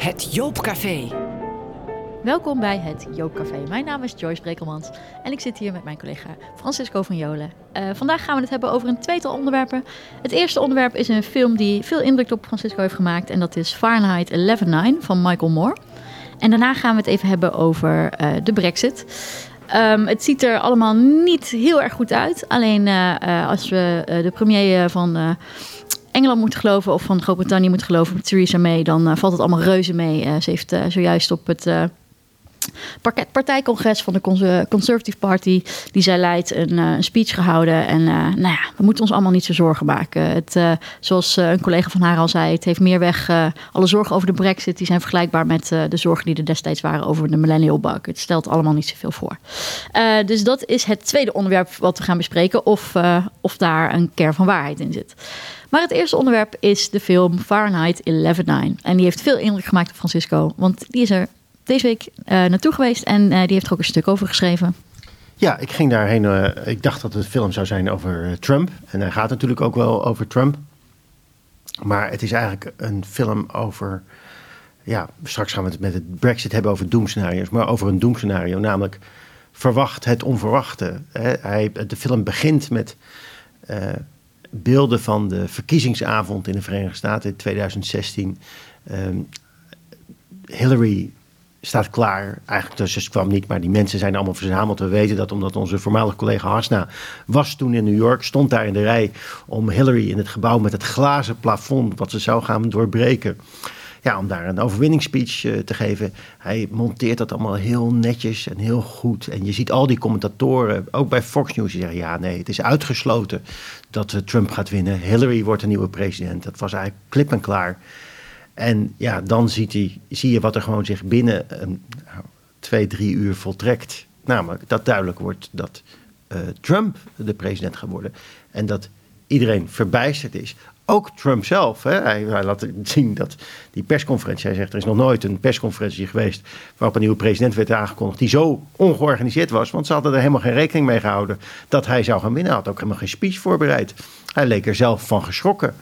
Het Joopcafé. Welkom bij het Joopcafé. Mijn naam is Joyce Brekelmans en ik zit hier met mijn collega Francisco van Jolen. Vandaag gaan we het hebben over een tweetal onderwerpen. Het eerste onderwerp is een film die veel indruk op Francisco heeft gemaakt en dat is Fahrenheit 11/9 van Michael Moore. En daarna gaan we het even hebben over de Brexit. Het ziet er allemaal niet heel erg goed uit. Alleen als we de premier van Engeland moeten geloven of van Groot-Brittannië moeten geloven, Theresa May, dan valt het allemaal reuze mee. Ze heeft zojuist op het partijcongres van de Conservative Party, die zij leidt, een speech gehouden. En we moeten ons allemaal niet zo zorgen maken. Zoals een collega van haar al zei, het heeft meer weg. Alle zorgen over de Brexit, die zijn vergelijkbaar met de zorgen die er destijds waren over de millennial bug. Het stelt allemaal niet zoveel voor. Dus dat is het tweede onderwerp wat we gaan bespreken, of daar een kern van waarheid in zit. Maar het eerste onderwerp is de film Fahrenheit 11/9. En die heeft veel indruk gemaakt op Francisco, want die is er deze week naartoe geweest en die heeft er ook een stuk over geschreven. Ja, ik ging daarheen. Ik dacht dat het een film zou zijn over Trump. En hij gaat natuurlijk ook wel over Trump. Maar het is eigenlijk een film over... Ja, straks gaan we het met het Brexit hebben over doemscenario's. Maar over een doemscenario, namelijk verwacht het onverwachte. De film begint met beelden van de verkiezingsavond in de Verenigde Staten in 2016. Hillary staat klaar. Eigenlijk, dus ze kwam niet, maar die mensen zijn allemaal verzameld. We weten dat omdat onze voormalige collega Hasna was toen in New York, stond daar in de rij om Hillary in het gebouw met het glazen plafond, wat ze zou gaan doorbreken, ja, om daar een overwinningsspeech te geven. Hij monteert dat allemaal heel netjes en heel goed. En je ziet al die commentatoren, ook bij Fox News, die zeggen, ja, nee, het is uitgesloten dat Trump gaat winnen. Hillary wordt de nieuwe president. Dat was eigenlijk klip en klaar. En ja, dan zie je wat er gewoon zich binnen 2-3 uur voltrekt. Namelijk dat duidelijk wordt dat Trump de president gaat worden. En dat iedereen verbijsterd is. Ook Trump zelf. Hè? Hij laat zien dat die persconferentie. Hij zegt, er is nog nooit een persconferentie geweest waarop een nieuwe president werd aangekondigd die zo ongeorganiseerd was. Want ze hadden er helemaal geen rekening mee gehouden dat hij zou gaan winnen. Hij had ook helemaal geen speech voorbereid. Hij leek er zelf van geschrokken.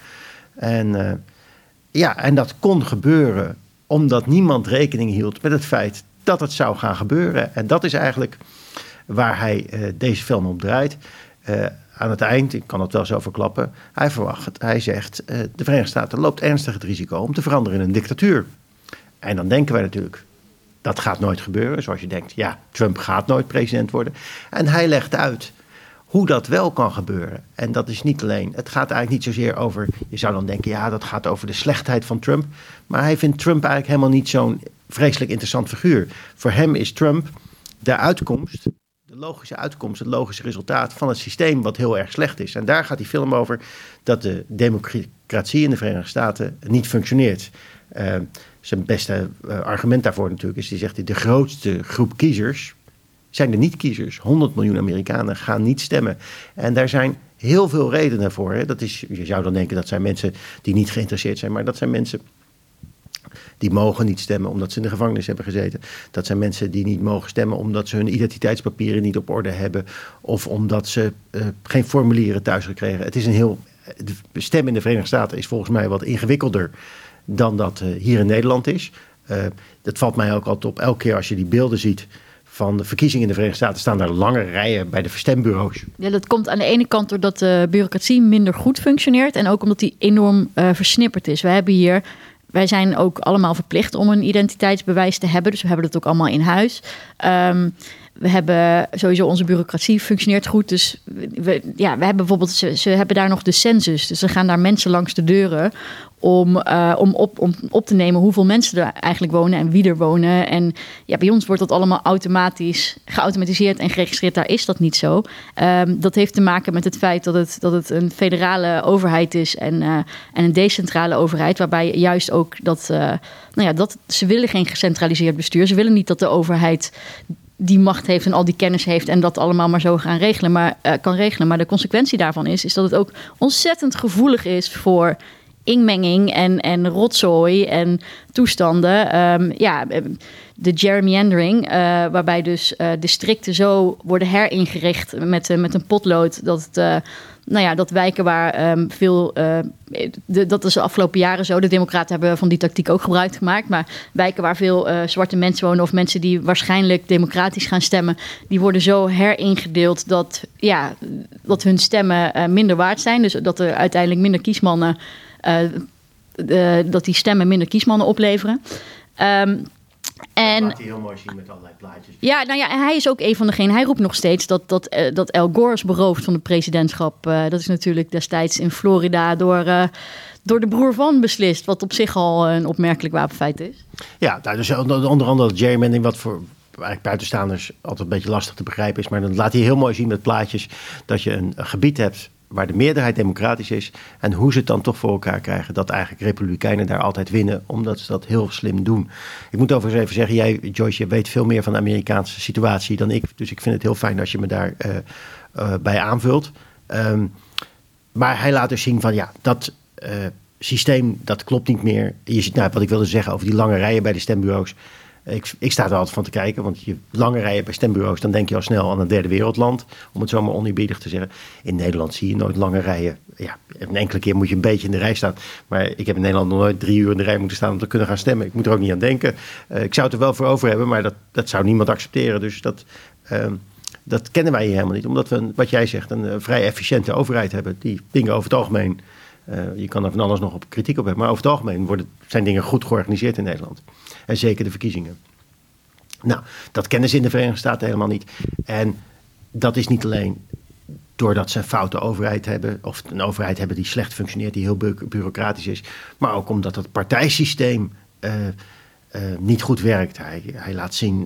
En dat kon gebeuren omdat niemand rekening hield met het feit dat het zou gaan gebeuren. En dat is eigenlijk waar hij deze film op draait. Aan het eind, ik kan het wel zo verklappen, hij zegt, de Verenigde Staten loopt ernstig het risico om te veranderen in een dictatuur. En dan denken wij natuurlijk, dat gaat nooit gebeuren. Zoals je denkt, ja, Trump gaat nooit president worden. En hij legt uit hoe dat wel kan gebeuren. En dat is niet alleen, het gaat eigenlijk niet zozeer over, je zou dan denken, ja, dat gaat over de slechtheid van Trump. Maar hij vindt Trump eigenlijk helemaal niet zo'n vreselijk interessant figuur. Voor hem is Trump de uitkomst, de logische uitkomst, het logische resultaat van het systeem wat heel erg slecht is. En daar gaat die film over, dat de democratie in de Verenigde Staten niet functioneert. Zijn beste argument daarvoor natuurlijk is, die zegt, de grootste groep kiezers zijn de niet-kiezers. 100 miljoen Amerikanen gaan niet stemmen. En daar zijn heel veel redenen voor. Hè. Je zou dan denken dat zijn mensen die niet geïnteresseerd zijn, maar dat zijn mensen die mogen niet stemmen omdat ze in de gevangenis hebben gezeten. Dat zijn mensen die niet mogen stemmen omdat ze hun identiteitspapieren niet op orde hebben of omdat ze geen formulieren thuis gekregen. De stem in de Verenigde Staten is volgens mij wat ingewikkelder dan dat hier in Nederland is. Dat valt mij ook altijd op. Elke keer als je die beelden ziet van de verkiezingen in de Verenigde Staten, staan daar lange rijen bij de stembureaus. Ja, dat komt aan de ene kant doordat de bureaucratie minder goed functioneert en ook omdat die enorm versnipperd is. Wij zijn ook allemaal verplicht om een identiteitsbewijs te hebben, dus we hebben dat ook allemaal in huis. We hebben sowieso, onze bureaucratie functioneert goed. Dus we hebben bijvoorbeeld, ze hebben daar nog de census. Dus ze gaan daar mensen langs de deuren om op te nemen hoeveel mensen er eigenlijk wonen en wie er wonen. En ja, bij ons wordt dat allemaal geautomatiseerd en geregistreerd. Daar is dat niet zo. Dat heeft te maken met het feit dat het een federale overheid is en een decentrale overheid. Waarbij juist ook dat ze willen geen gecentraliseerd bestuur. Ze willen niet dat de overheid die macht heeft en al die kennis heeft en dat allemaal maar zo kan regelen. Maar de consequentie daarvan is dat het ook ontzettend gevoelig is voor inmenging en rotzooi en toestanden. De gerrymandering, waarbij dus districten zo worden heringericht met een potlood dat dat wijken waar dat is de afgelopen jaren zo. De Democraten hebben van die tactiek ook gebruik gemaakt. Maar wijken waar veel zwarte mensen wonen of mensen die waarschijnlijk democratisch gaan stemmen, die worden zo heringedeeld dat hun stemmen minder waard zijn. Dus dat er uiteindelijk minder kiesmannen, dat die stemmen minder kiesmannen opleveren. En laat hij heel mooi zien met allerlei plaatjes. Ja, en hij is ook een van degenen. Hij roept nog steeds dat Al Gore is beroofd van het presidentschap. Dat is natuurlijk destijds in Florida door de broer van beslist. Wat op zich al een opmerkelijk wapenfeit is. Ja, dus onder andere dat gerrymandering, wat voor eigenlijk buitenstaanders altijd een beetje lastig te begrijpen is. Maar dan laat hij heel mooi zien met plaatjes dat je een gebied hebt waar de meerderheid democratisch is. En hoe ze het dan toch voor elkaar krijgen dat eigenlijk republikeinen daar altijd winnen, omdat ze dat heel slim doen. Ik moet overigens even zeggen, jij, Joyce, je weet veel meer van de Amerikaanse situatie dan ik. Dus ik vind het heel fijn als je me daar bij aanvult. Maar hij laat dus zien van dat systeem, dat klopt niet meer. Je ziet, wat ik wilde zeggen over die lange rijen bij de stembureaus. Ik sta er altijd van te kijken, want je lange rijen bij stembureaus, dan denk je al snel aan een derde wereldland, om het zomaar oneerbiedig te zeggen. In Nederland zie je nooit lange rijen. Ja, een enkele keer moet je een beetje in de rij staan. Maar ik heb in Nederland nog nooit 3 uur in de rij moeten staan om te kunnen gaan stemmen. Ik moet er ook niet aan denken. Ik zou het er wel voor over hebben, maar dat zou niemand accepteren. Dus dat kennen wij hier helemaal niet. Omdat we, wat jij zegt, een vrij efficiënte overheid hebben. Die dingen over het algemeen, je kan er van alles nog op kritiek op hebben, maar over het algemeen zijn dingen goed georganiseerd in Nederland. En zeker de verkiezingen. Nou, dat kennen ze in de Verenigde Staten helemaal niet. En dat is niet alleen doordat ze een foute overheid hebben, of een overheid hebben die slecht functioneert, die heel bureaucratisch is, maar ook omdat het partijsysteem niet goed werkt. Hij laat zien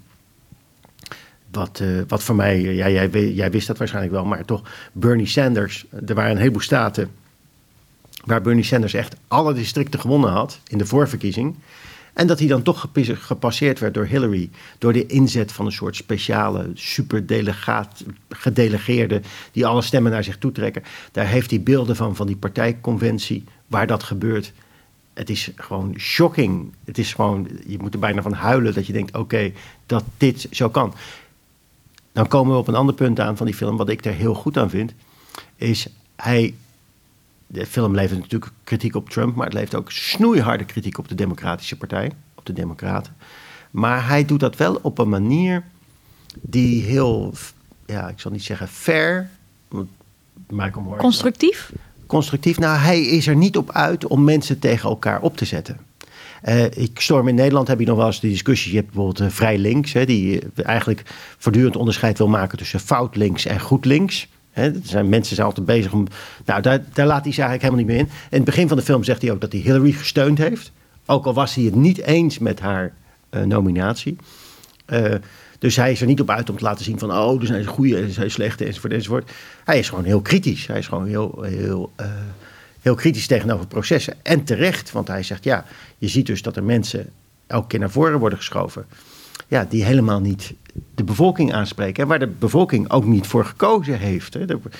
wat voor mij, jij wist dat waarschijnlijk wel, maar toch Bernie Sanders, er waren een heleboel staten waar Bernie Sanders echt alle districten gewonnen had in de voorverkiezing. En dat hij dan toch gepasseerd werd door Hillary. Door de inzet van een soort speciale gedelegeerde die alle stemmen naar zich toe trekken. Daar heeft hij beelden van die partijconventie waar dat gebeurt. Het is gewoon shocking. Het is gewoon, je moet er bijna van huilen dat je denkt, oké, dat dit zo kan. Dan komen we op een ander punt aan van die film, wat ik er heel goed aan vind, is de film levert natuurlijk kritiek op Trump, maar het levert ook snoeiharde kritiek op de Democratische Partij, op de Democraten. Maar hij doet dat wel op een manier die heel, ik zal niet zeggen fair, Michael Moore. Constructief. Nou, hij is er niet op uit om mensen tegen elkaar op te zetten. In Nederland heb je nog wel eens de discussie. Je hebt bijvoorbeeld Vrij Links, die eigenlijk voortdurend onderscheid wil maken tussen fout links en goed links. Mensen zijn altijd bezig om. Nou, daar laat hij zich eigenlijk helemaal niet meer in. In het begin van de film zegt hij ook dat hij Hillary gesteund heeft. Ook al was hij het niet eens met haar nominatie. Dus hij is er niet op uit om te laten zien van, er zijn goede en er zijn slechte enzovoort. Hij is gewoon heel kritisch. Hij is gewoon heel kritisch tegenover het proces. En terecht, want hij zegt, je ziet dus dat er mensen elke keer naar voren worden geschoven. Ja, die helemaal niet de bevolking aanspreken. En waar de bevolking ook niet voor gekozen heeft.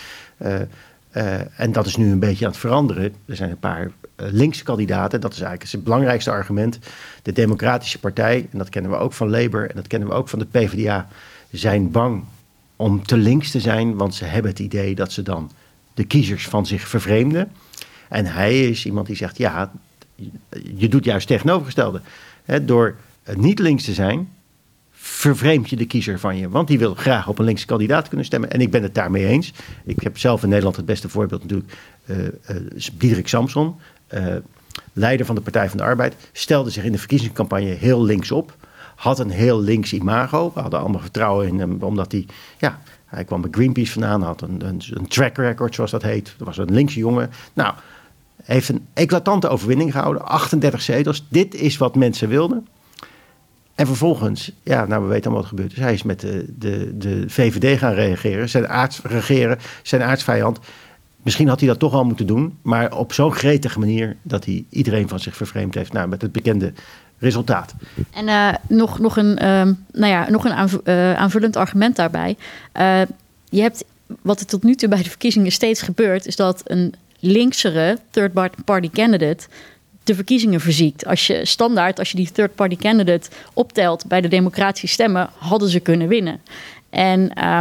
En dat is nu een beetje aan het veranderen. Er zijn een paar linkse kandidaten. Dat is eigenlijk het belangrijkste argument. De Democratische Partij, en dat kennen we ook van Labour en dat kennen we ook van de PvdA, zijn bang om te links te zijn. Want ze hebben het idee dat ze dan de kiezers van zich vervreemden. En hij is iemand die zegt, je doet juist tegenovergestelde. Door niet links te zijn, vervreemd je de kiezer van je. Want die wil graag op een linkse kandidaat kunnen stemmen. En ik ben het daarmee eens. Ik heb zelf in Nederland het beste voorbeeld natuurlijk. Diederik Samson, leider van de Partij van de Arbeid, stelde zich in de verkiezingscampagne heel links op. Had een heel links imago. We hadden allemaal vertrouwen in hem, omdat hij kwam bij Greenpeace vandaan, had een track record, zoals dat heet. Dat was een linkse jongen. Nou, heeft een eclatante overwinning gehouden. 38 zetels. Dit is wat mensen wilden. En vervolgens, we weten allemaal wat gebeurd is. Hij is met de VVD gaan regeren, zijn aardsvijand. Misschien had hij dat toch al moeten doen, maar op zo'n gretige manier dat hij iedereen van zich vervreemd heeft. Nou, met het bekende resultaat. En nog een aanvullend argument daarbij. Je hebt, wat er tot nu toe bij de verkiezingen steeds gebeurt, is dat een linksere third-party candidate de verkiezingen verziekt. Als je die third-party candidate optelt bij de democratische stemmen, hadden ze kunnen winnen. En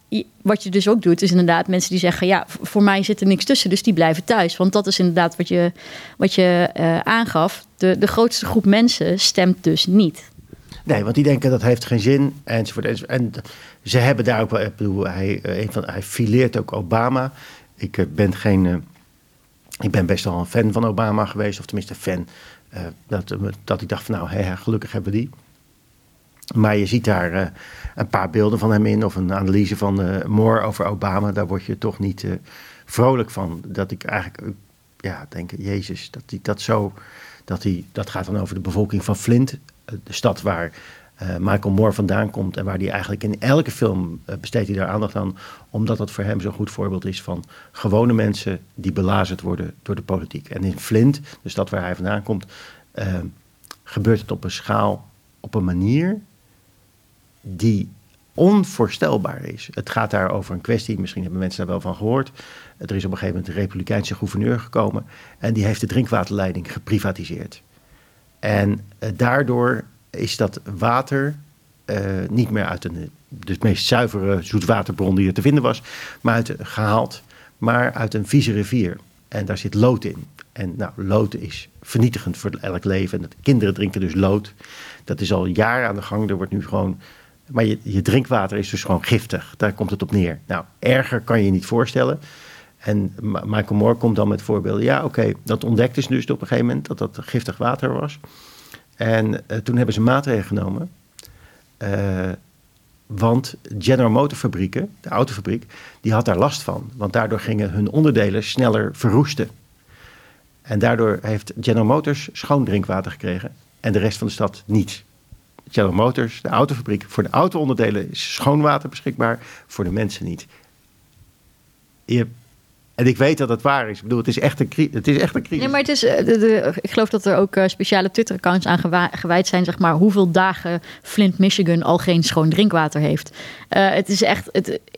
wat je dus ook doet, is inderdaad mensen die zeggen... ja, voor mij zit er niks tussen, dus die blijven thuis. Want dat is inderdaad wat je aangaf. De grootste groep mensen stemt dus niet. Nee, want die denken dat heeft geen zin, enzovoort. En ze hebben daar ook wel... Ik bedoel, hij fileert ook Obama. Ik ben best wel een fan van Obama geweest. Of tenminste fan. Dat ik dacht van nou, gelukkig hebben we die. Maar je ziet daar een paar beelden van hem in. Of een analyse van Moore over Obama. Daar word je toch niet vrolijk van. Dat ik eigenlijk denk, Jezus, dat gaat dan over de bevolking van Flint. De stad waar Michael Moore vandaan komt. En waar hij eigenlijk in elke film besteedt hij daar aandacht aan. Omdat dat voor hem zo'n goed voorbeeld is van gewone mensen die belazerd worden door de politiek. En in Flint, de stad waar hij vandaan komt, gebeurt het op een schaal, op een manier die onvoorstelbaar is. Het gaat daar over een kwestie, misschien hebben mensen daar wel van gehoord. Er is op een gegeven moment een republikeinse gouverneur gekomen en die heeft de drinkwaterleiding geprivatiseerd. En daardoor is dat water niet meer uit de meest zuivere zoetwaterbron die er te vinden was, gehaald, maar uit een vieze rivier. En daar zit lood in. En nou, lood is vernietigend voor elk leven. En kinderen drinken dus lood. Dat is al jaren aan de gang. Er wordt nu gewoon... Maar je drinkwater is dus gewoon giftig. Daar komt het op neer. Nou, erger kan je je niet voorstellen. En Michael Moore komt dan met voorbeelden. Ja, oké, dat ontdekten ze dus op een gegeven moment, dat giftig water was. En toen hebben ze maatregelen genomen. Want General Motors fabrieken, de autofabriek, die had daar last van. Want daardoor gingen hun onderdelen sneller verroesten. En daardoor heeft General Motors schoon drinkwater gekregen en de rest van de stad niet. General Motors, de autofabriek, voor de auto-onderdelen is schoon water beschikbaar, voor de mensen niet. En ik weet dat het waar is. Ik bedoel, het is echt een crisis. Nee, maar het is, ik geloof dat er ook speciale Twitter-accounts aan gewijd zijn, zeg maar, hoeveel dagen Flint, Michigan al geen schoon drinkwater heeft. Het is echt,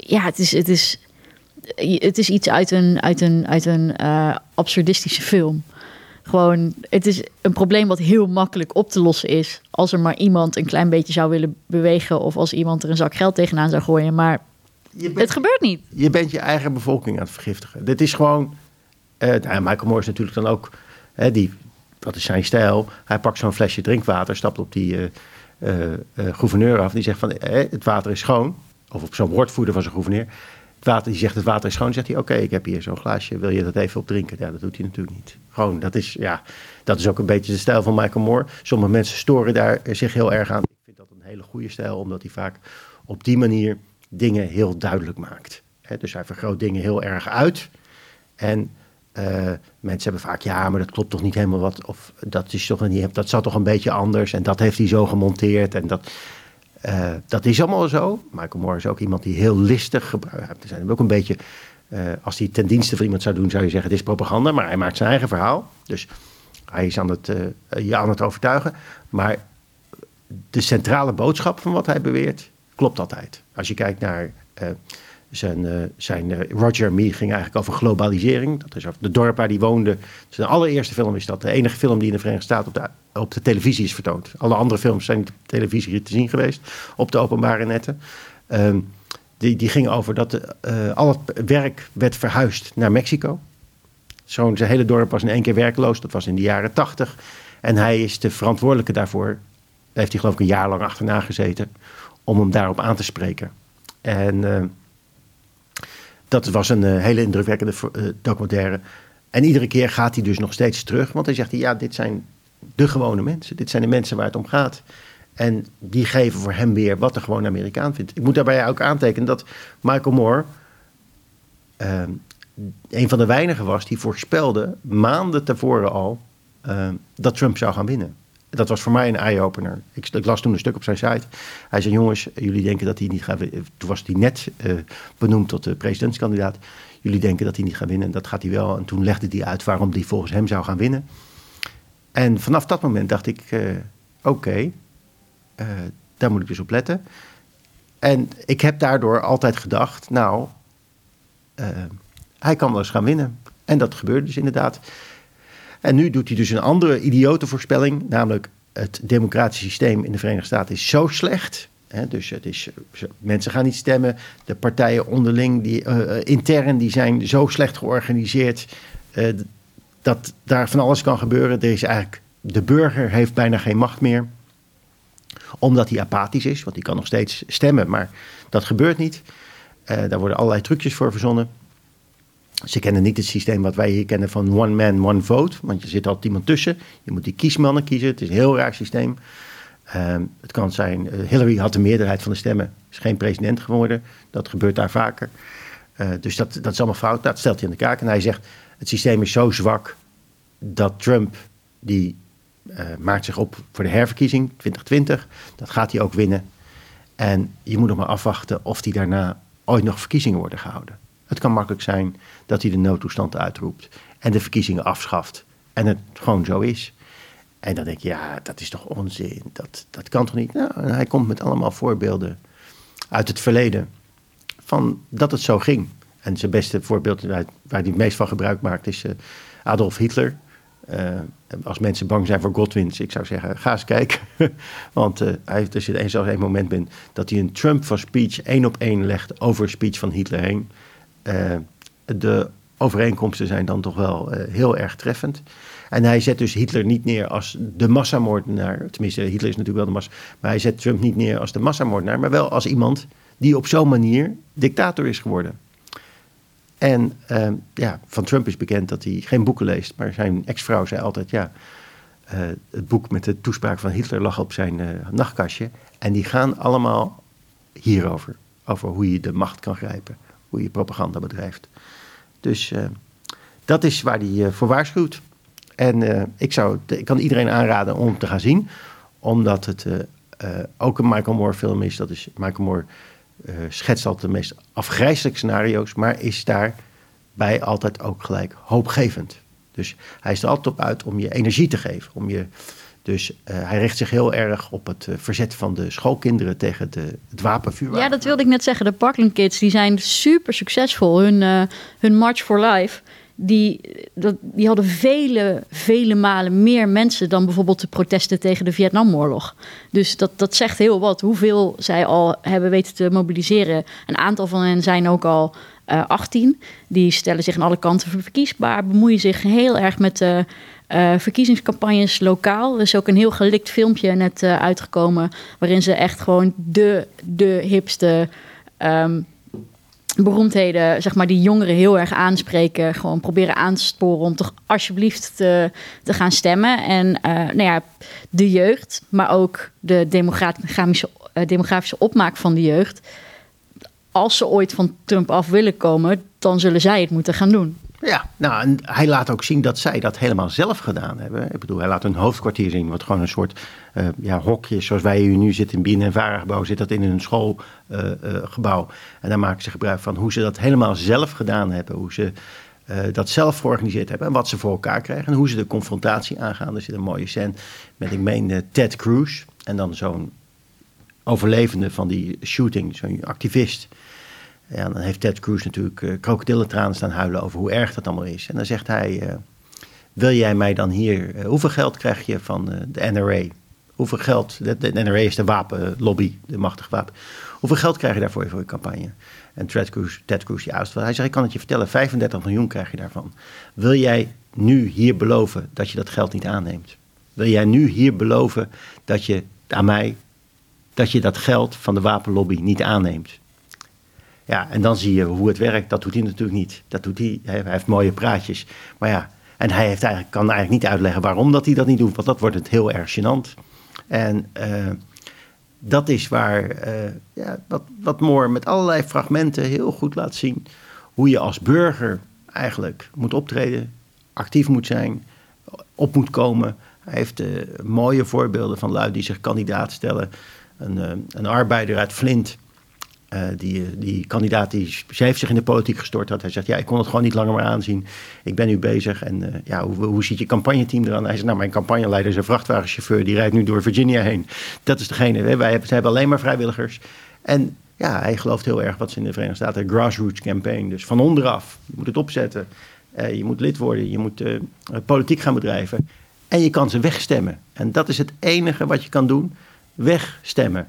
het is iets uit een absurdistische film. Gewoon, het is een probleem wat heel makkelijk op te lossen is als er maar iemand een klein beetje zou willen bewegen of als iemand er een zak geld tegenaan zou gooien, maar het gebeurt niet. Je bent je eigen bevolking aan het vergiftigen. Dit is gewoon... Michael Moore is natuurlijk dan ook... dat is zijn stijl. Hij pakt zo'n flesje drinkwater, stapt op die gouverneur af. Die zegt van, het water is schoon. Of op zo'n woordvoerder van zijn gouverneur. Die zegt, het water is schoon. Dan zegt hij, oké, ik heb hier zo'n glaasje. Wil je dat even op drinken? Ja, dat doet hij natuurlijk niet. Gewoon, dat is ook een beetje de stijl van Michael Moore. Sommige mensen storen daar zich heel erg aan. Ik vind dat een hele goede stijl, omdat hij vaak op die manier dingen heel duidelijk maakt. Dus hij vergroot dingen heel erg uit. En mensen hebben vaak, maar dat klopt toch niet helemaal wat. Of dat zat toch een beetje anders. En dat heeft hij zo gemonteerd. En dat is allemaal zo. Michael Moore is ook iemand die heel listig gebruikt. Er zijn ook een beetje, als hij ten dienste van iemand zou doen, zou je zeggen, het is propaganda. Maar hij maakt zijn eigen verhaal. Dus hij is aan het overtuigen. Maar de centrale boodschap van wat hij beweert klopt altijd. Als je kijkt naar zijn Roger Me ging eigenlijk over globalisering. Dat is over de dorp waar hij woonde. Zijn allereerste film is dat. De enige film die in de Verenigde Staten op de televisie is vertoond. Alle andere films zijn niet op televisie te zien geweest. Op de openbare netten. Die ging over dat al het werk werd verhuisd naar Mexico. Zijn hele dorp was in 1 keer werkloos. Dat was in de jaren 80. En hij is de verantwoordelijke daarvoor. Daar heeft hij geloof ik een jaar lang achterna gezeten. Om hem daarop aan te spreken. En dat was een hele indrukwekkende documentaire. En iedere keer gaat hij dus nog steeds terug. Want hij zegt, dit zijn de gewone mensen. Dit zijn de mensen waar het om gaat. En die geven voor hem weer wat de gewone Amerikaan vindt. Ik moet daarbij ook aantekenen dat Michael Moore een van de weinigen was die voorspelde maanden tevoren al dat Trump zou gaan winnen. Dat was voor mij een eye-opener. Ik las toen een stuk op zijn site. Hij zei, jongens, jullie denken dat hij niet gaat winnen. Toen was hij net benoemd tot de presidentskandidaat. Jullie denken dat hij niet gaat winnen en dat gaat hij wel. En toen legde hij uit waarom hij volgens hem zou gaan winnen. En vanaf dat moment dacht ik, oké, daar moet ik dus op letten. En ik heb daardoor altijd gedacht, hij kan wel eens gaan winnen. En dat gebeurde dus inderdaad. En nu doet hij dus een andere idiote voorspelling. Namelijk, het democratische systeem in de Verenigde Staten is zo slecht Dus mensen gaan niet stemmen. De partijen onderling, intern, die zijn zo slecht georganiseerd dat daar van alles kan gebeuren. De burger heeft bijna geen macht meer, omdat hij apathisch is, want die kan nog steeds stemmen, maar dat gebeurt niet. Daar worden allerlei trucjes voor verzonnen. Ze kennen niet het systeem wat wij hier kennen van one man, one vote, want je zit altijd iemand tussen. Je moet die kiesmannen kiezen. Het is een heel raar systeem. Het kan zijn, Hillary had de meerderheid van de stemmen, is geen president geworden. Dat gebeurt daar vaker. Dus dat is allemaal fout. Dat stelt hij in de kaak. En hij zegt, het systeem is zo zwak dat Trump, die maakt zich op voor de herverkiezing 2020. Dat gaat hij ook winnen. En je moet nog maar afwachten of die daarna ooit nog verkiezingen worden gehouden. Het kan makkelijk zijn dat hij de noodtoestand uitroept en de verkiezingen afschaft. En het gewoon zo is. En dan denk je, ja, dat is toch onzin. Dat kan toch niet? Nou, en hij komt met allemaal voorbeelden uit het verleden van dat het zo ging. En zijn beste voorbeeld waar hij het meest van gebruik maakt is Adolf Hitler. Als mensen bang zijn voor Godwins, ik zou zeggen, ga eens kijken. Want er zit zelfs één moment in dat hij een Trump van speech 1 op 1 legt over een speech van Hitler heen. De overeenkomsten zijn dan toch wel heel erg treffend. En hij zet dus Hitler niet neer als de massamoordenaar. Tenminste, Hitler is natuurlijk wel de massa. Maar hij zet Trump niet neer als de massamoordenaar, maar wel als iemand die op zo'n manier dictator is geworden. En van Trump is bekend dat hij geen boeken leest. Maar zijn ex-vrouw zei altijd, het boek met de toespraak van Hitler lag op zijn nachtkastje. En die gaan allemaal hierover. Over hoe je de macht kan grijpen. Hoe je propaganda bedrijft. Dus dat is waar hij voor waarschuwt. En ik kan iedereen aanraden om te gaan zien. Omdat het ook een Michael Moore film is. Dat is Michael Moore schetst altijd de meest afgrijselijke scenario's. Maar is daarbij altijd ook gelijk hoopgevend. Dus hij is er altijd op uit om je energie te geven. Dus hij richt zich heel erg op het verzet van de schoolkinderen tegen het wapenvuurwapen. Ja, dat wilde ik net zeggen. De Parkland Kids die zijn super succesvol. Hun March for Life, die hadden vele malen meer mensen dan bijvoorbeeld de protesten tegen de Vietnamoorlog. Dus dat zegt heel wat. Hoeveel zij al hebben weten te mobiliseren. Een aantal van hen zijn ook al 18. Die stellen zich aan alle kanten verkiesbaar. Bemoeien zich heel erg met verkiezingscampagnes lokaal. Er is ook een heel gelikt filmpje net uitgekomen, waarin ze echt gewoon de hipste beroemdheden, zeg maar, die jongeren heel erg aanspreken. Gewoon proberen aan te sporen om toch alsjeblieft te gaan stemmen. En de jeugd, maar ook de demografische opmaak van de jeugd. Als ze ooit van Trump af willen komen, dan zullen zij het moeten gaan doen. Ja, nou, en hij laat ook zien dat zij dat helemaal zelf gedaan hebben. Ik bedoel, hij laat een hoofdkwartier zien, wat gewoon een soort hokje, zoals wij hier nu zitten in BNNVARA-gebouw, zit dat in een schoolgebouw. En daar maken ze gebruik van hoe ze dat helemaal zelf gedaan hebben, hoe ze dat zelf georganiseerd hebben en wat ze voor elkaar krijgen en hoe ze de confrontatie aangaan. Er zit een mooie scène met, ik meen, Ted Cruz en dan zo'n overlevende van die shooting, zo'n activist. Ja, dan heeft Ted Cruz natuurlijk krokodillentranen staan huilen over hoe erg dat allemaal is. En dan zegt hij, wil jij mij dan hier, hoeveel geld krijg je van de NRA? Hoeveel geld, de NRA is de wapenlobby, de machtige wapen. Hoeveel geld krijg je daarvoor voor je campagne? En Ted Cruz die uitstelt, hij zegt, ik kan het je vertellen, 35 miljoen krijg je daarvan. Wil jij nu hier beloven dat je dat geld niet aanneemt? Wil jij nu hier beloven dat je aan mij, dat je dat geld van de wapenlobby niet aanneemt? Ja, en dan zie je hoe het werkt. Dat doet hij natuurlijk niet. Hij heeft mooie praatjes. Maar ja, en hij kan eigenlijk niet uitleggen waarom dat hij dat niet doet. Want dat wordt het heel erg gênant. En dat is waar wat Moore met allerlei fragmenten heel goed laat zien. Hoe je als burger eigenlijk moet optreden. Actief moet zijn. Op moet komen. Hij heeft mooie voorbeelden van lui die zich kandidaat stellen. Een arbeider uit Flint. Die kandidaat die heeft zich in de politiek gestort had. Hij zegt, ik kon het gewoon niet langer meer aanzien. Ik ben nu bezig en hoe ziet je campagneteam eraan? Hij zegt, mijn campagneleider is een vrachtwagenchauffeur. Die rijdt nu door Virginia heen. Dat is degene, ze hebben alleen maar vrijwilligers. En hij gelooft heel erg wat ze in de Verenigde Staten grassroots campaign. Dus van onderaf, je moet het opzetten. Je moet lid worden, je moet politiek gaan bedrijven. En je kan ze wegstemmen. En dat is het enige wat je kan doen. Wegstemmen.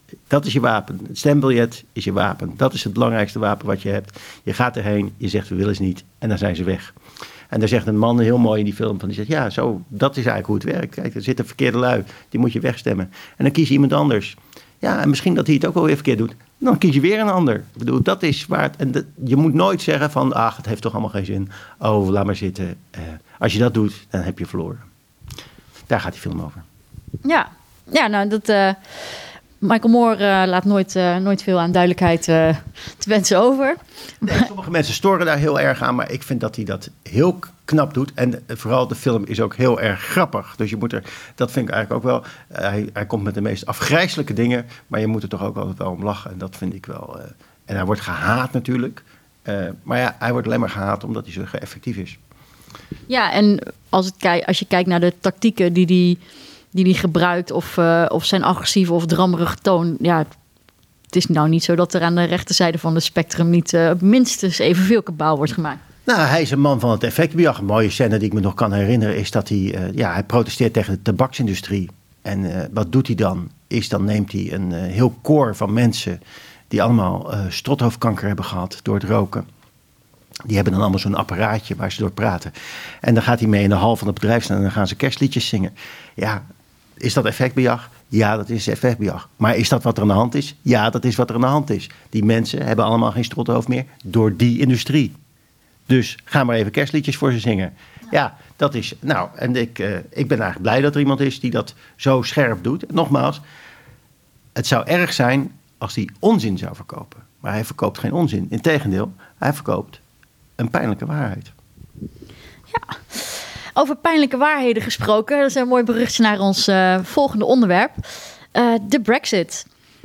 Dat is je wapen. Het stembiljet is je wapen. Dat is het belangrijkste wapen wat je hebt. Je gaat erheen, je zegt we willen ze niet en dan zijn ze weg. En daar zegt een man heel mooi in die film van, die zegt ja, zo, dat is eigenlijk hoe het werkt. Kijk, er zit een verkeerde lui, die moet je wegstemmen. En dan kies je iemand anders. Ja, en misschien dat hij het ook wel weer verkeerd doet. Dan kies je weer een ander. Ik bedoel, dat is waar het... En je moet nooit zeggen van, het heeft toch allemaal geen zin. Oh, laat maar zitten. Als je dat doet, dan heb je verloren. Daar gaat die film over. Ja, nou, dat... Michael Moore laat nooit veel aan duidelijkheid te wensen over. Nee, sommige mensen storen daar heel erg aan, maar ik vind dat hij dat heel knap doet. En vooral de film is ook heel erg grappig. Dus je moet dat vind ik eigenlijk ook wel. Hij komt met de meest afgrijselijke dingen, maar je moet er toch ook altijd wel om lachen. En dat vind ik wel. En hij wordt gehaat natuurlijk. Maar ja, hij wordt alleen maar gehaat omdat hij zo effectief is. Ja, en als je kijkt naar de tactieken die hij gebruikt of zijn agressieve of drammerige toon. Ja, het is nou niet zo dat er aan de rechterzijde van het spectrum niet minstens evenveel kabaal wordt gemaakt. Nou, hij is een man van het effectbejag. Een mooie scène die ik me nog kan herinneren is dat hij protesteert tegen de tabaksindustrie. En wat doet hij dan? Dan neemt hij een heel koor van mensen die allemaal strothoofdkanker hebben gehad door het roken. Die hebben dan allemaal zo'n apparaatje waar ze door praten. En dan gaat hij mee in de hal van het bedrijf staan en dan gaan ze kerstliedjes zingen. Ja, is dat effectbejag? Ja, dat is effectbejag. Maar is dat wat er aan de hand is? Ja, dat is wat er aan de hand is. Die mensen hebben allemaal geen strothoofd meer door die industrie. Dus ga maar even kerstliedjes voor ze zingen. Ja, dat is... Nou, en ik ben eigenlijk blij dat er iemand is die dat zo scherp doet. Nogmaals, het zou erg zijn als hij onzin zou verkopen. Maar hij verkoopt geen onzin. Integendeel, hij verkoopt een pijnlijke waarheid. Ja, over pijnlijke waarheden gesproken. Dat is een mooi bruggetje naar ons volgende onderwerp. De Brexit.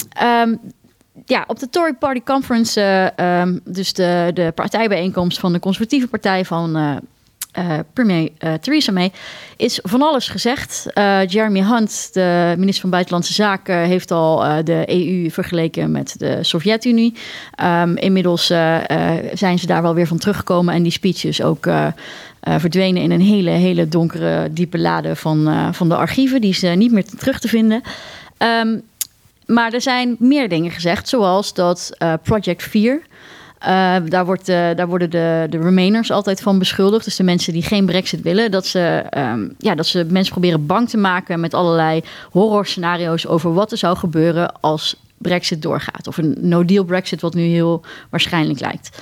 Op de Tory Party Conference, dus de partijbijeenkomst van de conservatieve partij van premier Theresa May, is van alles gezegd. Jeremy Hunt, de minister van Buitenlandse Zaken, heeft al de EU vergeleken met de Sovjet-Unie. Inmiddels zijn ze daar wel weer van teruggekomen en die speech is ook verdwenen in een hele donkere, diepe lade van de archieven. Die is niet meer terug te vinden. Maar er zijn meer dingen gezegd, zoals dat Project 4... Daar worden de Remainers altijd van beschuldigd. Dus de mensen die geen Brexit willen. Dat ze mensen proberen bang te maken met allerlei horrorscenario's over wat er zou gebeuren als Brexit doorgaat. Of een no-deal Brexit, wat nu heel waarschijnlijk lijkt.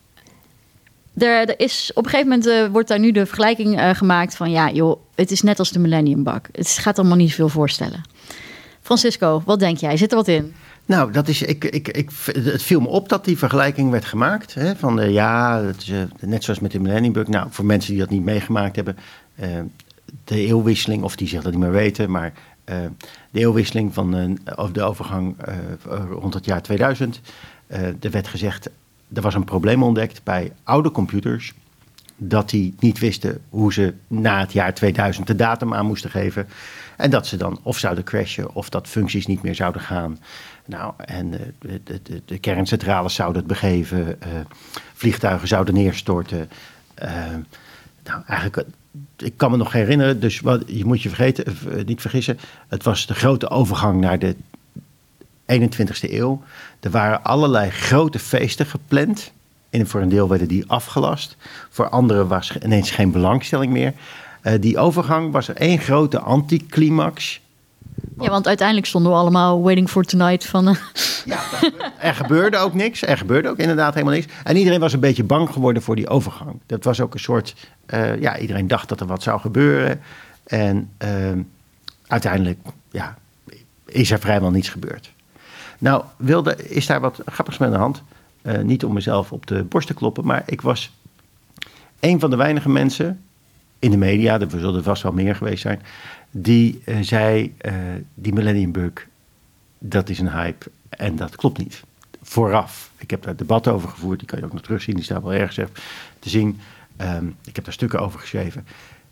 Er is op een gegeven moment wordt daar nu de vergelijking gemaakt van het is net als de Millennium Bug. Het gaat allemaal niet veel voorstellen. Francisco, wat denk jij? Zit er wat in? Nou, het viel me op dat die vergelijking werd gemaakt. Hè, van het is, net zoals met de Millennium Bug. Nou, voor mensen die dat niet meegemaakt hebben. De eeuwwisseling, of die zich dat niet meer weten. Maar de eeuwwisseling van de overgang rond het jaar 2000. Er werd gezegd, er was een probleem ontdekt bij oude computers. Dat die niet wisten hoe ze na het jaar 2000 de datum aan moesten geven. En dat ze dan of zouden crashen of dat functies niet meer zouden gaan. Nou, en de kerncentrales zouden het begeven. Vliegtuigen zouden neerstorten. Eigenlijk, ik kan me nog herinneren, dus je moet niet vergissen. Het was de grote overgang naar de 21ste eeuw. Er waren allerlei grote feesten gepland. Voor een deel werden die afgelast. Voor anderen was ineens geen belangstelling meer. Die overgang was er één grote anticlimax. Ja, want uiteindelijk stonden we allemaal waiting for tonight van... Ja, er gebeurde ook niks. Er gebeurde ook inderdaad helemaal niks. En iedereen was een beetje bang geworden voor die overgang. Dat was ook een soort... iedereen dacht dat er wat zou gebeuren. En uiteindelijk is er vrijwel niets gebeurd. Nou, is daar wat grappigs mee aan de hand. Niet om mezelf op de borst te kloppen, maar ik was een van de weinige mensen in de media, er zullen er vast wel meer geweest zijn, die zei, die Millennium Bug, dat is een hype en dat klopt niet. Vooraf. Ik heb daar debatten over gevoerd, die kan je ook nog terugzien, die staan wel ergens te zien. Ik heb daar stukken over geschreven.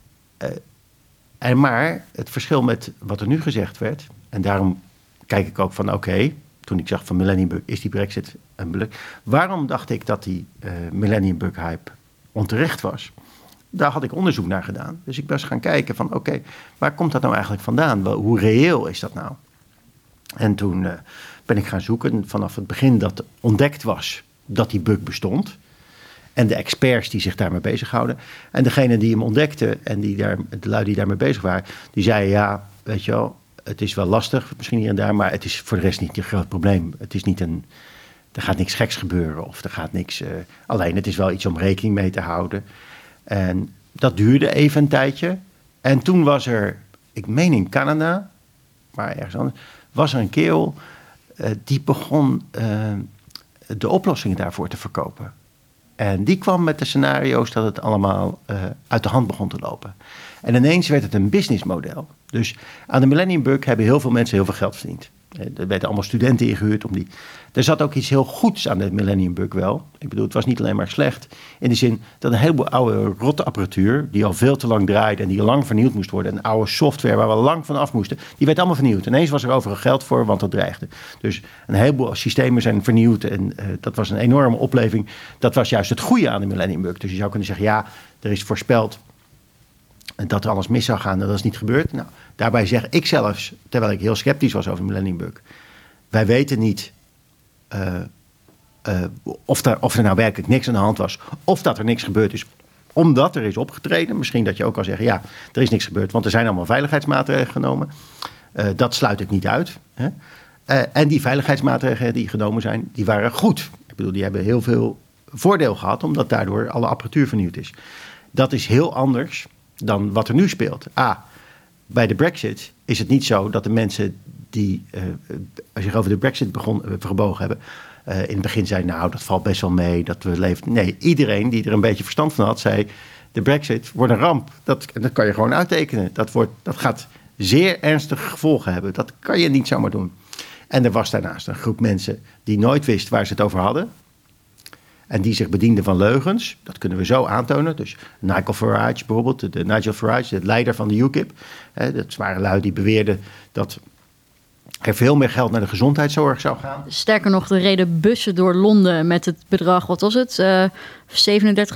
Maar het verschil met wat er nu gezegd werd, en daarom kijk ik ook van oké, toen ik zag van Millennium Bug, is die Brexit een bluff. Waarom dacht ik dat die Millennium Bug hype onterecht was? Daar had ik onderzoek naar gedaan. Dus ik was gaan kijken van oké, waar komt dat nou eigenlijk vandaan? Hoe reëel is dat nou? En toen ben ik gaan zoeken vanaf het begin dat ontdekt was dat die bug bestond. En de experts die zich daarmee bezighouden. En degene die hem ontdekte en de lui die daarmee bezig waren, die zeiden ja, weet je wel, het is wel lastig, misschien hier en daar, maar het is voor de rest niet een groot probleem. Het is niet er gaat niks geks gebeuren of er gaat niks. Alleen het is wel iets om rekening mee te houden. En dat duurde even een tijdje. En toen was er, ik meen in Canada, maar ergens anders, was er een kerel die begon de oplossingen daarvoor te verkopen. En die kwam met de scenario's dat het allemaal uit de hand begon te lopen. En ineens werd het een businessmodel. Dus aan de Millennium Bug hebben heel veel mensen heel veel geld verdiend. Er werden allemaal studenten ingehuurd om die. Er zat ook iets heel goeds aan de Millennium Bug wel. Ik bedoel, het was niet alleen maar slecht. In de zin dat een heleboel oude rotte apparatuur, die al veel te lang draaide en die lang vernieuwd moest worden, en oude software waar we lang van af moesten, die werd allemaal vernieuwd. Ineens was er overal geld voor, want dat dreigde. Dus een heleboel systemen zijn vernieuwd en dat was een enorme opleving. Dat was juist het goede aan de Millennium Bug. Dus je zou kunnen zeggen, ja, er is voorspeld dat er alles mis zou gaan en dat is niet gebeurd. Nou, daarbij zeg ik zelfs, terwijl ik heel sceptisch was over de Millennium Bug, wij weten niet of er nou werkelijk niks aan de hand was, of dat er niks gebeurd is, omdat er is opgetreden. Misschien dat je ook kan zeggen, ja, er is niks gebeurd, want er zijn allemaal veiligheidsmaatregelen genomen. Dat sluit ik niet uit. Hè? En die veiligheidsmaatregelen die genomen zijn, die waren goed. Ik bedoel, die hebben heel veel voordeel gehad, omdat daardoor alle apparatuur vernieuwd is. Dat is heel anders dan wat er nu speelt. Bij de Brexit is het niet zo dat de mensen die zich over de Brexit gebogen hebben, in het begin zei, nou, dat valt best wel mee, dat we leven. Nee, iedereen die er een beetje verstand van had, zei, de Brexit wordt een ramp. Dat kan je gewoon uittekenen. Dat gaat zeer ernstige gevolgen hebben. Dat kan je niet zomaar doen. En er was daarnaast een groep mensen die nooit wist waar ze het over hadden. En die zich bedienden van leugens. Dat kunnen we zo aantonen. Dus Nigel Farage bijvoorbeeld, Nigel Farage, de leider van de UKIP. Dat waren lui die beweerden dat er veel meer geld naar de gezondheidszorg zou gaan. Sterker nog, er reden bussen door Londen met het bedrag, wat was het? 70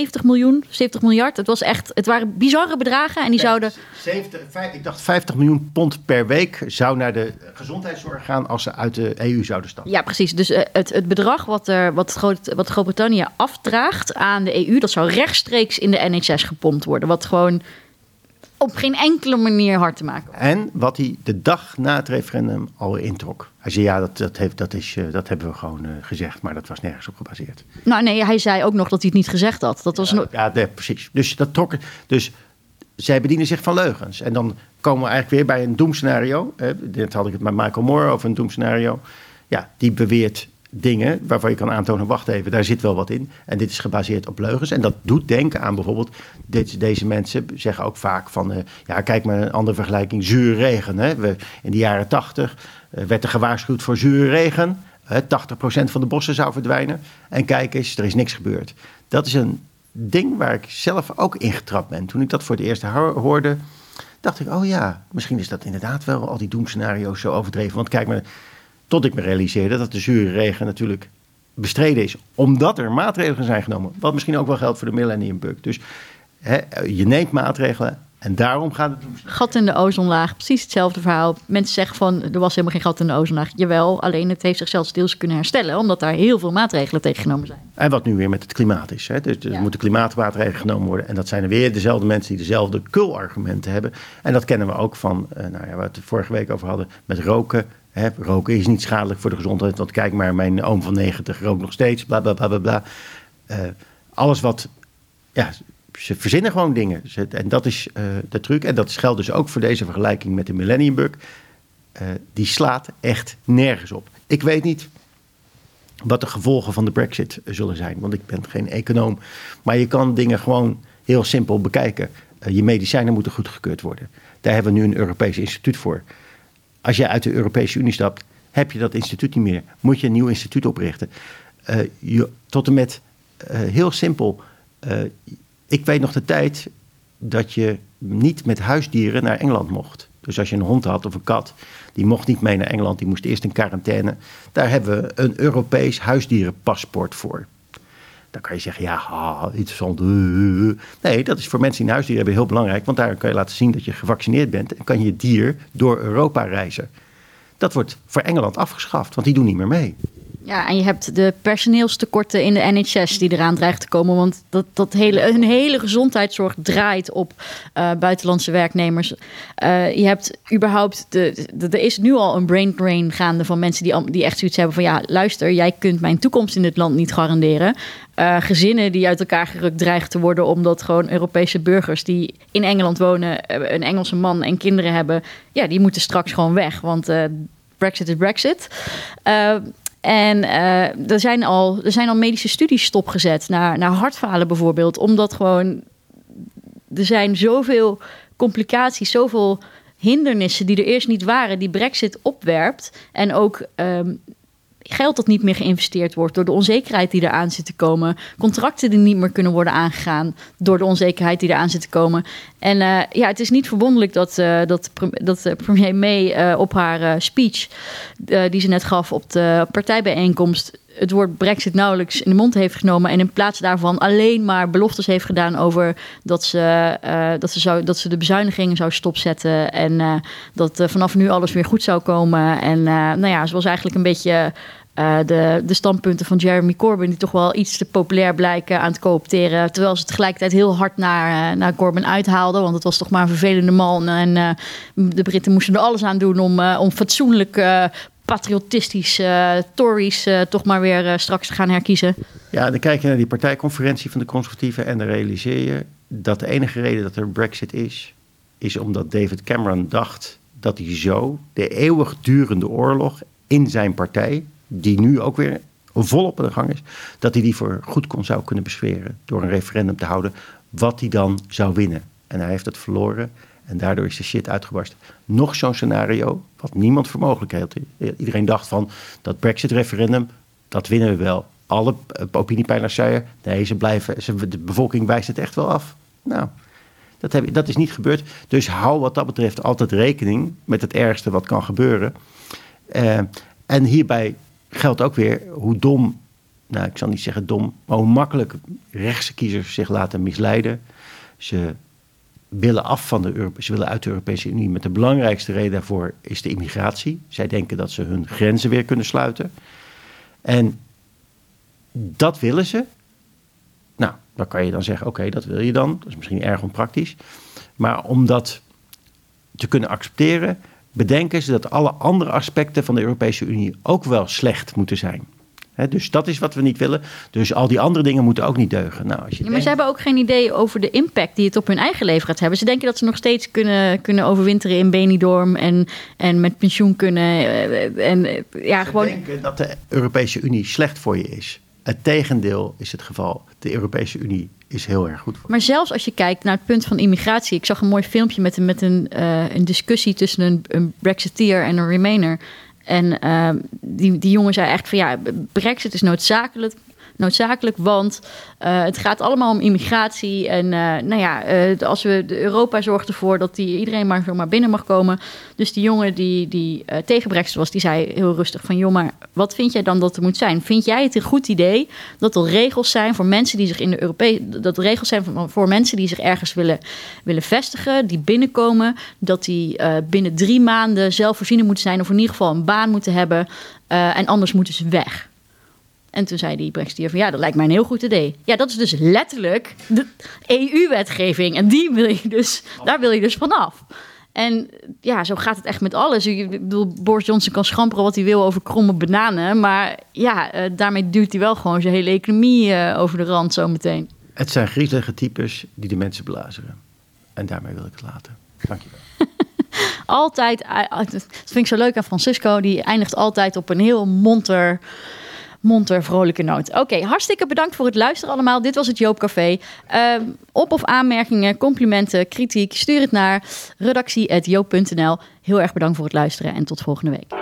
miljard. Het waren bizarre bedragen en die zouden. Ik dacht 50 miljoen pond per week zou naar de gezondheidszorg gaan als ze uit de EU zouden stappen. Ja, precies. Dus het bedrag wat Groot-Brittannië afdraagt aan de EU, dat zou rechtstreeks in de NHS gepompt worden. Wat gewoon op geen enkele manier hard te maken. En wat hij de dag na het referendum al introk. Hij zei, ja, dat hebben we gewoon gezegd, maar dat was nergens op gebaseerd. Nou nee, hij zei ook nog dat hij het niet gezegd had. Dat was precies. Dus dat trok. Dus zij bedienen zich van leugens. En dan komen we eigenlijk weer bij een doemscenario. Dit had ik het met Michael Moore over een doemscenario. Ja, die beweert dingen waarvan je kan aantonen, wacht even, daar zit wel wat in. En dit is gebaseerd op leugens. En dat doet denken aan bijvoorbeeld, deze mensen zeggen ook vaak van, kijk maar een andere vergelijking, zure regen. Hè. In de jaren 80 werd er gewaarschuwd voor zure regen. 80% van de bossen zou verdwijnen. En kijk eens, er is niks gebeurd. Dat is een ding waar ik zelf ook ingetrapt ben. Toen ik dat voor het eerst hoorde, dacht ik, oh ja, misschien is dat inderdaad wel al die doemscenario's zo overdreven. Want kijk maar, tot ik me realiseerde dat de zure regen natuurlijk bestreden is, omdat er maatregelen zijn genomen. Wat misschien ook wel geldt voor de Millennium Bug. Dus je neemt maatregelen en daarom gaat het. Gat in de ozonlaag, precies hetzelfde verhaal. Mensen zeggen van, er was helemaal geen gat in de ozonlaag. Jawel, alleen het heeft zichzelf deels kunnen herstellen, omdat daar heel veel maatregelen tegen genomen zijn. En wat nu weer met het klimaat is. Hè? Dus er moeten klimaatmaatregelen genomen worden. En dat zijn er weer dezelfde mensen die dezelfde kul-argumenten hebben. En dat kennen we ook van, waar we het vorige week over hadden, met roken. Roken is niet schadelijk voor de gezondheid. Want kijk maar, mijn oom van 90 rookt nog steeds. Bla, bla, bla, bla, bla. Alles wat. Ja, ze verzinnen gewoon dingen. En dat is de truc. En dat geldt dus ook voor deze vergelijking met de Millennium Bug. Die slaat echt nergens op. Ik weet niet wat de gevolgen van de Brexit zullen zijn. Want ik ben geen econoom. Maar je kan dingen gewoon heel simpel bekijken. Je medicijnen moeten goedgekeurd worden. Daar hebben we nu een Europees instituut voor. Als je uit de Europese Unie stapt, heb je dat instituut niet meer. Moet je een nieuw instituut oprichten. Tot en met, heel simpel, ik weet nog de tijd dat je niet met huisdieren naar Engeland mocht. Dus als je een hond had of een kat, die mocht niet mee naar Engeland. Die moest eerst in quarantaine. Daar hebben we een Europees huisdierenpaspoort voor. Dan kan je zeggen, interessant. Nee, dat is voor mensen die een huisdier hebben heel belangrijk. Want daar kan je laten zien dat je gevaccineerd bent. En kan je dier door Europa reizen. Dat wordt voor Engeland afgeschaft, want die doen niet meer mee. Ja, en je hebt de personeelstekorten in de NHS die eraan dreigen te komen. Want hun hele gezondheidszorg draait op buitenlandse werknemers. Je hebt überhaupt... Er is nu al een brain drain gaande van mensen die echt zoiets hebben van... ja, luister, jij kunt mijn toekomst in dit land niet garanderen. Gezinnen die uit elkaar gerukt dreigen te worden... omdat gewoon Europese burgers die in Engeland wonen... een Engelse man en kinderen hebben... ja, die moeten straks gewoon weg. Want Brexit is Brexit. En er zijn al medische studies stopgezet naar hartfalen bijvoorbeeld. Omdat gewoon er zijn zoveel complicaties, zoveel hindernissen die er eerst niet waren, die Brexit opwerpt. En ook geld dat niet meer geïnvesteerd wordt door de onzekerheid die eraan zit te komen. Contracten die niet meer kunnen worden aangegaan door de onzekerheid die eraan zit te komen. En ja, het is niet verwonderlijk dat premier May op haar speech die ze net gaf op de partijbijeenkomst het woord Brexit nauwelijks in de mond heeft genomen en in plaats daarvan alleen maar beloftes heeft gedaan over dat ze de bezuinigingen zou stopzetten en dat vanaf nu alles weer goed zou komen. En nou ja, ze was eigenlijk een beetje de standpunten van Jeremy Corbyn die toch wel iets te populair blijken aan het coopteren, terwijl ze tegelijkertijd heel hard naar Corbyn uithaalden, want het was toch maar een vervelende man en de Britten moesten er alles aan doen om fatsoenlijk patriotisch Tories toch maar weer straks te gaan herkiezen. Ja, dan kijk je naar die partijconferentie van de conservatieven en dan realiseer je dat de enige reden dat er Brexit is omdat David Cameron dacht dat hij zo de eeuwigdurende oorlog in zijn partij, die nu ook weer volop aan de gang is, dat hij die voor goed zou kunnen besferen door een referendum te houden wat hij dan zou winnen. En hij heeft het verloren. En daardoor is de shit uitgebarsten. Nog zo'n scenario, wat niemand voor mogelijk hield. Iedereen dacht van, dat Brexit-referendum, dat winnen we wel. Alle opiniepeilers zeiden, nee, de bevolking wijst het echt wel af. Nou, dat is niet gebeurd. Dus hou wat dat betreft altijd rekening met het ergste wat kan gebeuren. En hierbij geldt ook weer hoe dom, nou ik zal niet zeggen dom, maar hoe makkelijk rechtse kiezers zich laten misleiden. Ze willen uit de Europese Unie met de belangrijkste reden daarvoor is de immigratie. Zij denken dat ze hun grenzen weer kunnen sluiten. En dat willen ze. Nou, dan kan je dan zeggen, oké, dat wil je dan. Dat is misschien erg onpraktisch. Maar om dat te kunnen accepteren, bedenken ze dat alle andere aspecten van de Europese Unie ook wel slecht moeten zijn. Dus dat is wat we niet willen. Dus al die andere dingen moeten ook niet deugen. Nou, maar ze hebben ook geen idee over de impact die het op hun eigen leven gaat hebben. Ze denken dat ze nog steeds kunnen overwinteren in Benidorm en met pensioen kunnen. Ze denken dat de Europese Unie slecht voor je is. Het tegendeel is het geval. De Europese Unie is heel erg goed voor. Maar zelfs als je kijkt naar het punt van immigratie. Ik zag een mooi filmpje met een discussie tussen een Brexiteer en een Remainer. En die jongen zei echt van ja, Brexit is noodzakelijk, want het gaat allemaal om immigratie. En als we Europa zorgt ervoor dat iedereen maar zomaar binnen mag komen. Dus die jongen die tegen Brexit was, die zei heel rustig van joh, maar wat vind jij dan dat er moet zijn? Vind jij het een goed idee dat er regels zijn voor mensen die zich voor mensen die zich ergens willen vestigen, die binnenkomen, dat die binnen 3 maanden zelfvoorzienend moeten zijn of in ieder geval een baan moeten hebben en anders moeten ze weg? En toen zei die Brexiteer van ja, dat lijkt mij een heel goed idee. Ja, dat is dus letterlijk de EU-wetgeving. En daar wil je dus vanaf. En ja, zo gaat het echt met alles. Ik bedoel, Boris Johnson kan schamperen wat hij wil over kromme bananen. Maar ja, daarmee duwt hij wel gewoon zijn hele economie over de rand zometeen. Het zijn griezelige types die de mensen belazeren. En daarmee wil ik het laten. Dank je wel. Altijd, dat vind ik zo leuk aan Francisco. Die eindigt altijd op een heel monter, vrolijke noot. Oké, hartstikke bedankt voor het luisteren allemaal. Dit was het Joop Café. Op- of aanmerkingen, complimenten, kritiek, stuur het naar redactie@joop.nl. Heel erg bedankt voor het luisteren en tot volgende week.